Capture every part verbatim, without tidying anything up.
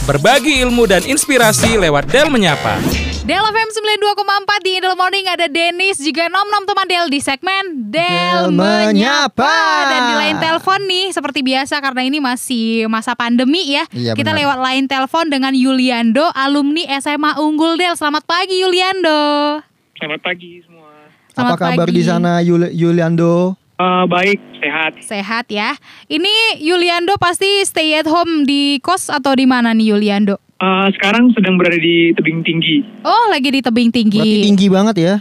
Berbagi ilmu dan inspirasi lewat Del Menyapa. Del F M sembilan puluh dua koma empat di Del Morning ada Dennis juga nom-nom teman Del di segmen Del, Del Menyapa. Dan di line telepon nih seperti biasa karena ini masih masa pandemi ya. Iya, kita benar. lewat line telepon dengan Yuliando, alumni S M A Unggul Del. Selamat pagi Yuliando. Selamat pagi semua. Selamat Apa kabar pagi. di sana Yul- Yuliando? Uh, baik, sehat. Sehat ya. Ini Yuliando pasti stay at home di kos atau di mana nih Yuliando? Uh, sekarang sedang berada di tebing tinggi. Oh, lagi di tebing tinggi. Berarti tinggi banget ya.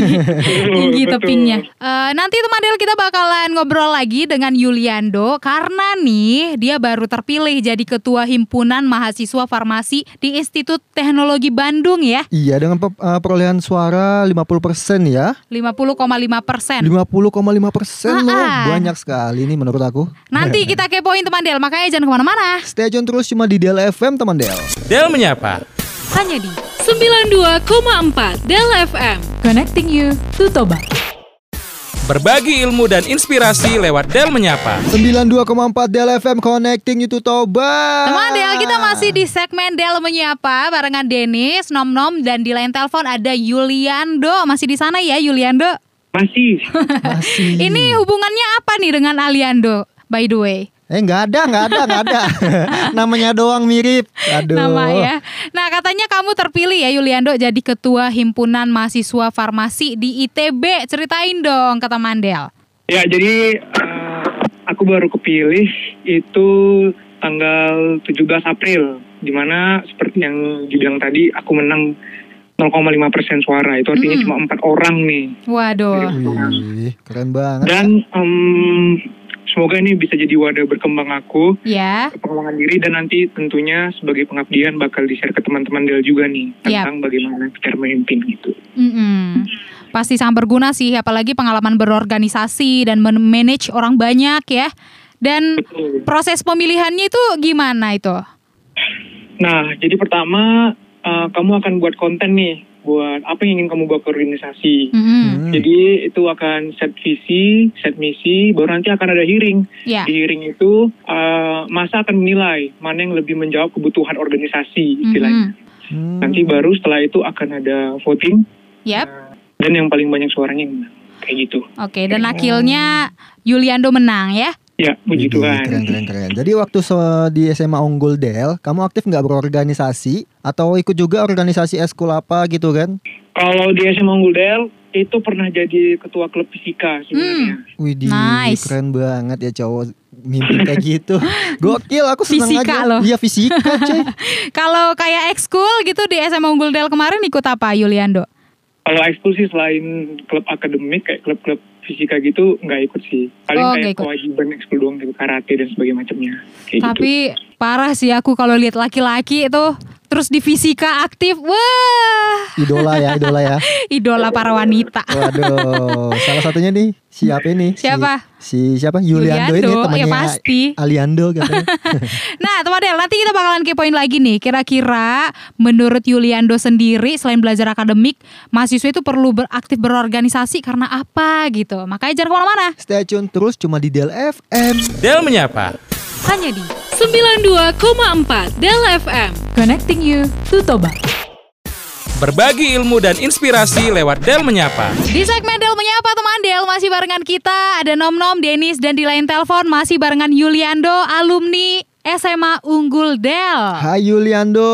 Tinggi Betul. tebingnya. Eh, nanti teman Del kita bakalan ngobrol lagi dengan Yuliando karena nih dia baru terpilih jadi ketua himpunan mahasiswa farmasi di Institut Teknologi Bandung ya. Iya, dengan pe- uh, perolehan suara lima puluh persen ya. lima puluh koma lima persen. lima puluh koma lima persen loh. Ah, ah. Banyak sekali nih menurut aku. Nanti kita kepoin teman Del, makanya jangan kemana-mana. Stay tune terus cuma di Del F M teman Del. Del Menyapa. Hanya di sembilan puluh dua koma empat Del F M. Connecting You to Toba. Berbagi ilmu dan inspirasi lewat Del Menyapa. sembilan puluh dua koma empat Del F M connecting you to Toba. Teman Del, kita masih di segmen Del Menyapa barengan Dennis, Nom-Nom, dan di line telepon ada Yuliando. Masih di sana ya Yuliando? Masih. Masih. Ini hubungannya apa nih dengan Aliando, by the way? Eh nggak ada, nggak ada, nggak ada. Namanya doang mirip. Aduh. Nama ya. Nah katanya kamu terpilih ya Yuliando jadi ketua himpunan mahasiswa farmasi di I T B. Ceritain dong kata Mandel. Ya, jadi uh, aku baru kepilih itu tanggal tujuh belas April. Dimana seperti yang dibilang tadi, aku menang nol koma lima persen suara. Itu artinya Hmm. cuma empat orang nih. Waduh. Wih, keren banget. Dan um, semoga ini bisa jadi wadah berkembang aku, Ya. pengembangan diri, dan nanti tentunya sebagai pengabdian bakal di-share ke teman-teman Del juga nih Yap. tentang bagaimana cara memimpin gitu. Mm-mm. Pasti sangat berguna sih, apalagi pengalaman berorganisasi dan manage orang banyak ya. Dan Betul. proses pemilihannya itu gimana itu? Nah, jadi pertama uh, kamu akan buat konten nih, buat apa yang ingin kamu bawa ke organisasi. Mm-mm. Hmm. Jadi itu akan set visi, set misi, baru nanti akan ada hearing. Ya. Di hearing itu uh, masa akan menilai mana yang lebih menjawab kebutuhan organisasi istilahnya. Mm-mm. Hmm. Nanti baru setelah itu akan ada voting. Yap. Dan yang paling banyak suaranya yang menang. Kayak gitu. Oke, dan akhirnya Yuliando menang ya. Ya, puji Widih, Tuhan. keren keren keren. Jadi waktu se- di S M A Unggul Del, kamu aktif nggak berorganisasi atau ikut juga organisasi eskul apa gitu kan? Kalau di S M A Unggul Del, itu pernah jadi ketua klub fisika sebenarnya. Widih, Nice. keren banget ya cowok mimpin kayak gitu. Gokil, aku seneng Fisika aja. loh. Iya fisika, coy. Kalau kayak ekskul gitu di S M A Unggul Del kemarin ikut apa Yuliando? Kalau ekskul sih selain klub akademik kayak klub-klub fisika gitu nggak ikut sih. Paling Oh, nggak kayak ikut. kewajiban ekskul doang gitu, karate dan sebagainya macamnya. Kayak gitu. Tapi parah sih aku kalau lihat laki-laki itu terus di fisika aktif. Wah, Idola ya, idola ya. idola para wanita. Waduh, salah satunya nih siapa ini? Si- Siapa? Si, siapa? Yuliando, ini Yuliando, temannya ya pasti. Aliando katanya. Nah teman Del, nanti kita bakalan kepoin lagi nih. Kira-kira menurut Yuliando sendiri selain belajar akademik, mahasiswa itu perlu beraktif berorganisasi karena apa gitu. Makanya jangan kemana-mana. Stay tune terus cuma di Del F M. Del Menyapa. Hanya di sembilan puluh dua koma empat Del F M. Connecting You to Toba. Berbagi ilmu dan inspirasi lewat Del Menyapa. Di segmen Del Menyapa teman Del masih barengan kita ada Nom-Nom, Dennis, dan di line telepon masih barengan Yuliando, alumni S M A Unggul Del. Hai Yuliando.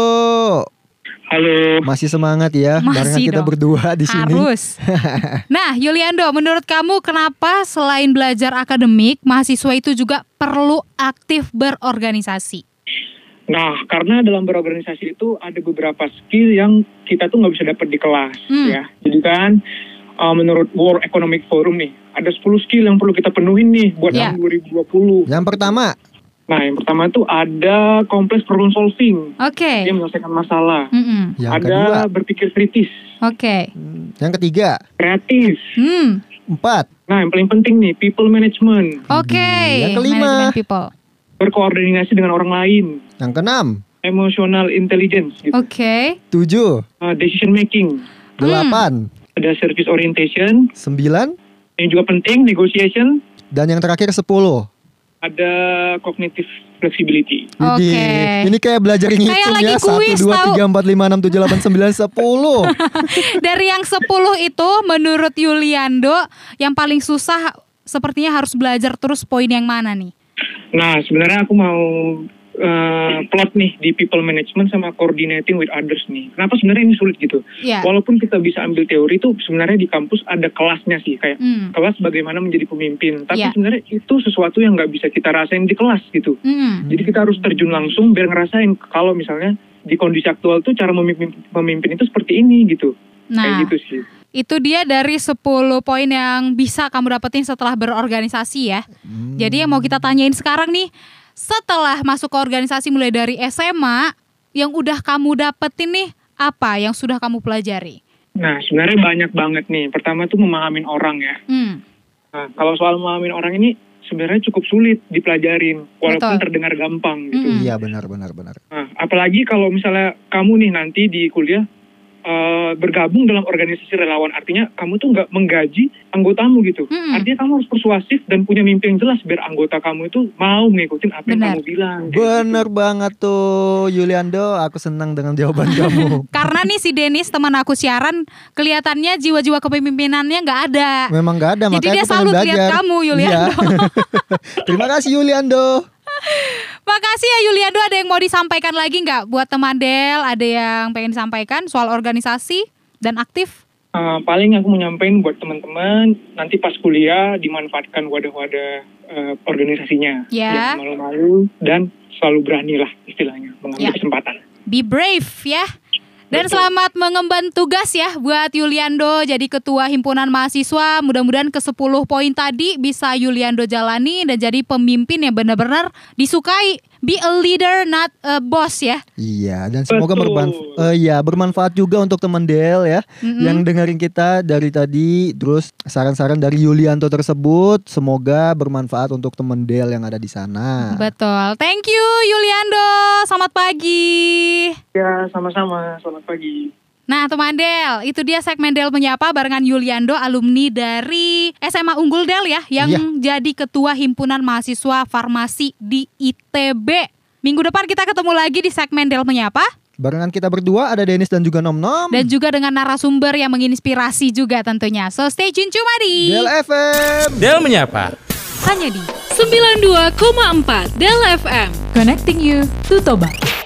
Halo. Masih semangat ya Masih barengan kita dong. berdua di sini. Harus. Nah Yuliando, menurut kamu kenapa selain belajar akademik, mahasiswa itu juga perlu aktif berorganisasi? Nah, karena dalam berorganisasi itu ada beberapa skill yang kita tuh nggak bisa dapat di kelas, Hmm. ya. Jadi kan, uh, menurut World Economic Forum nih, ada sepuluh skill yang perlu kita penuhin nih buat Ya. tahun dua ribu dua puluh. Yang pertama, Nah, yang pertama tuh ada complex problem solving, Oke. dia menyelesaikan masalah. Mm-mm. yang ada kedua, berpikir kritis, Oke. yang ketiga, kreatif. Hmm. empat, Nah, yang paling penting nih, people management, Oke. Yang kelima. Management people. berkoordinasi dengan orang lain, yang keenam, emotional intelligence, gitu. Oke. tujuh, Uh, decision making, delapan, ada service orientation, sembilan, yang juga penting negotiation, dan yang terakhir sepuluh. ada cognitive flexibility. Oke. Widih, ini kayak belajar Kayak ngitung lagi ya. Satu, kuis, dua, tahu. tiga, empat, lima, enam, tujuh, delapan, sembilan, sepuluh. Dari yang sepuluh itu menurut Yuliando yang paling susah sepertinya harus belajar terus poin yang mana nih? Nah, sebenarnya aku mau uh, plot nih di people management sama coordinating with others nih. Kenapa sebenarnya ini sulit gitu? Iya. Walaupun kita bisa ambil teori itu sebenarnya di kampus ada kelasnya sih, kayak Hmm. kelas bagaimana menjadi pemimpin. Tapi Iya. sebenarnya itu sesuatu yang nggak bisa kita rasain di kelas gitu. Hmm. Jadi kita harus terjun langsung biar ngerasain kalau misalnya di kondisi aktual tuh cara memimpin, memimpin itu seperti ini gitu. Kayak Nah, gitu sih. itu dia dari sepuluh poin yang bisa kamu dapetin setelah berorganisasi ya. Jadi yang mau kita tanyain sekarang nih, setelah masuk ke organisasi mulai dari S M A, yang udah kamu dapetin nih apa yang sudah kamu pelajari? Nah, sebenarnya banyak banget nih. Pertama tuh memahamin orang ya. Hmm. Nah, kalau soal memahamin orang ini sebenarnya cukup sulit dipelajarin, walaupun Betul. terdengar gampang gitu. Mm-mm. Iya benar benar benar. Nah, apalagi kalau misalnya kamu nih nanti di kuliah eh, bergabung dalam organisasi relawan, artinya kamu tuh nggak menggaji anggotamu gitu. Mm-mm. Artinya kamu harus persuasif dan punya mimpi yang jelas biar anggota kamu itu mau ngikutin apa yang Benar. kamu bilang. kayak Bener gitu. banget tuh Yuliando, aku senang dengan jawaban kamu. Karena nih si Denis teman aku siaran kelihatannya jiwa-jiwa kepemimpinannya nggak ada. Memang gak ada, Jadi makanya dia aku pengen salut belajar. lihat kamu, Yuliando. Iya. Terima kasih Yuliando. Makasih ya Yuliando, ada yang mau disampaikan lagi nggak buat teman Del? Ada yang pengen disampaikan soal organisasi dan aktif? Eh, paling aku mau nyampein buat teman-teman nanti pas kuliah dimanfaatkan wadah-wadah eh, organisasinya. Ya. Jangan malu-malu dan selalu berani lah istilahnya mengambil Ya. kesempatan. Be brave ya. Dan selamat mengemban tugas ya buat Yuliando jadi ketua himpunan mahasiswa. Mudah-mudahan ke sepuluh poin tadi bisa Yuliando jalani dan jadi pemimpin yang benar-benar disukai. Be a leader not a boss ya. Iya, dan semoga Betul. bermanfaat, iya bermanfaat juga untuk teman Del ya, Mm-mm. yang dengerin kita dari tadi. Terus saran-saran dari Yulianto tersebut, semoga bermanfaat untuk teman Del yang ada di sana. Betul. Thank you Yuliando. Selamat pagi. Ya, sama-sama. Selamat pagi. Nah teman Del, itu dia segmen Del Menyapa barengan Yuliando, alumni dari S M A Unggul Del ya, yang Iya. jadi ketua himpunan mahasiswa farmasi di I T B. Minggu depan kita ketemu lagi di segmen Del Menyapa. Barengan kita berdua ada Denis dan juga Nom Nom. Dan juga dengan narasumber yang menginspirasi juga tentunya. So stay tune cuma di Del F M. Del Menyapa. hanya di sembilan puluh dua koma empat Del F M. Connecting you to Toba.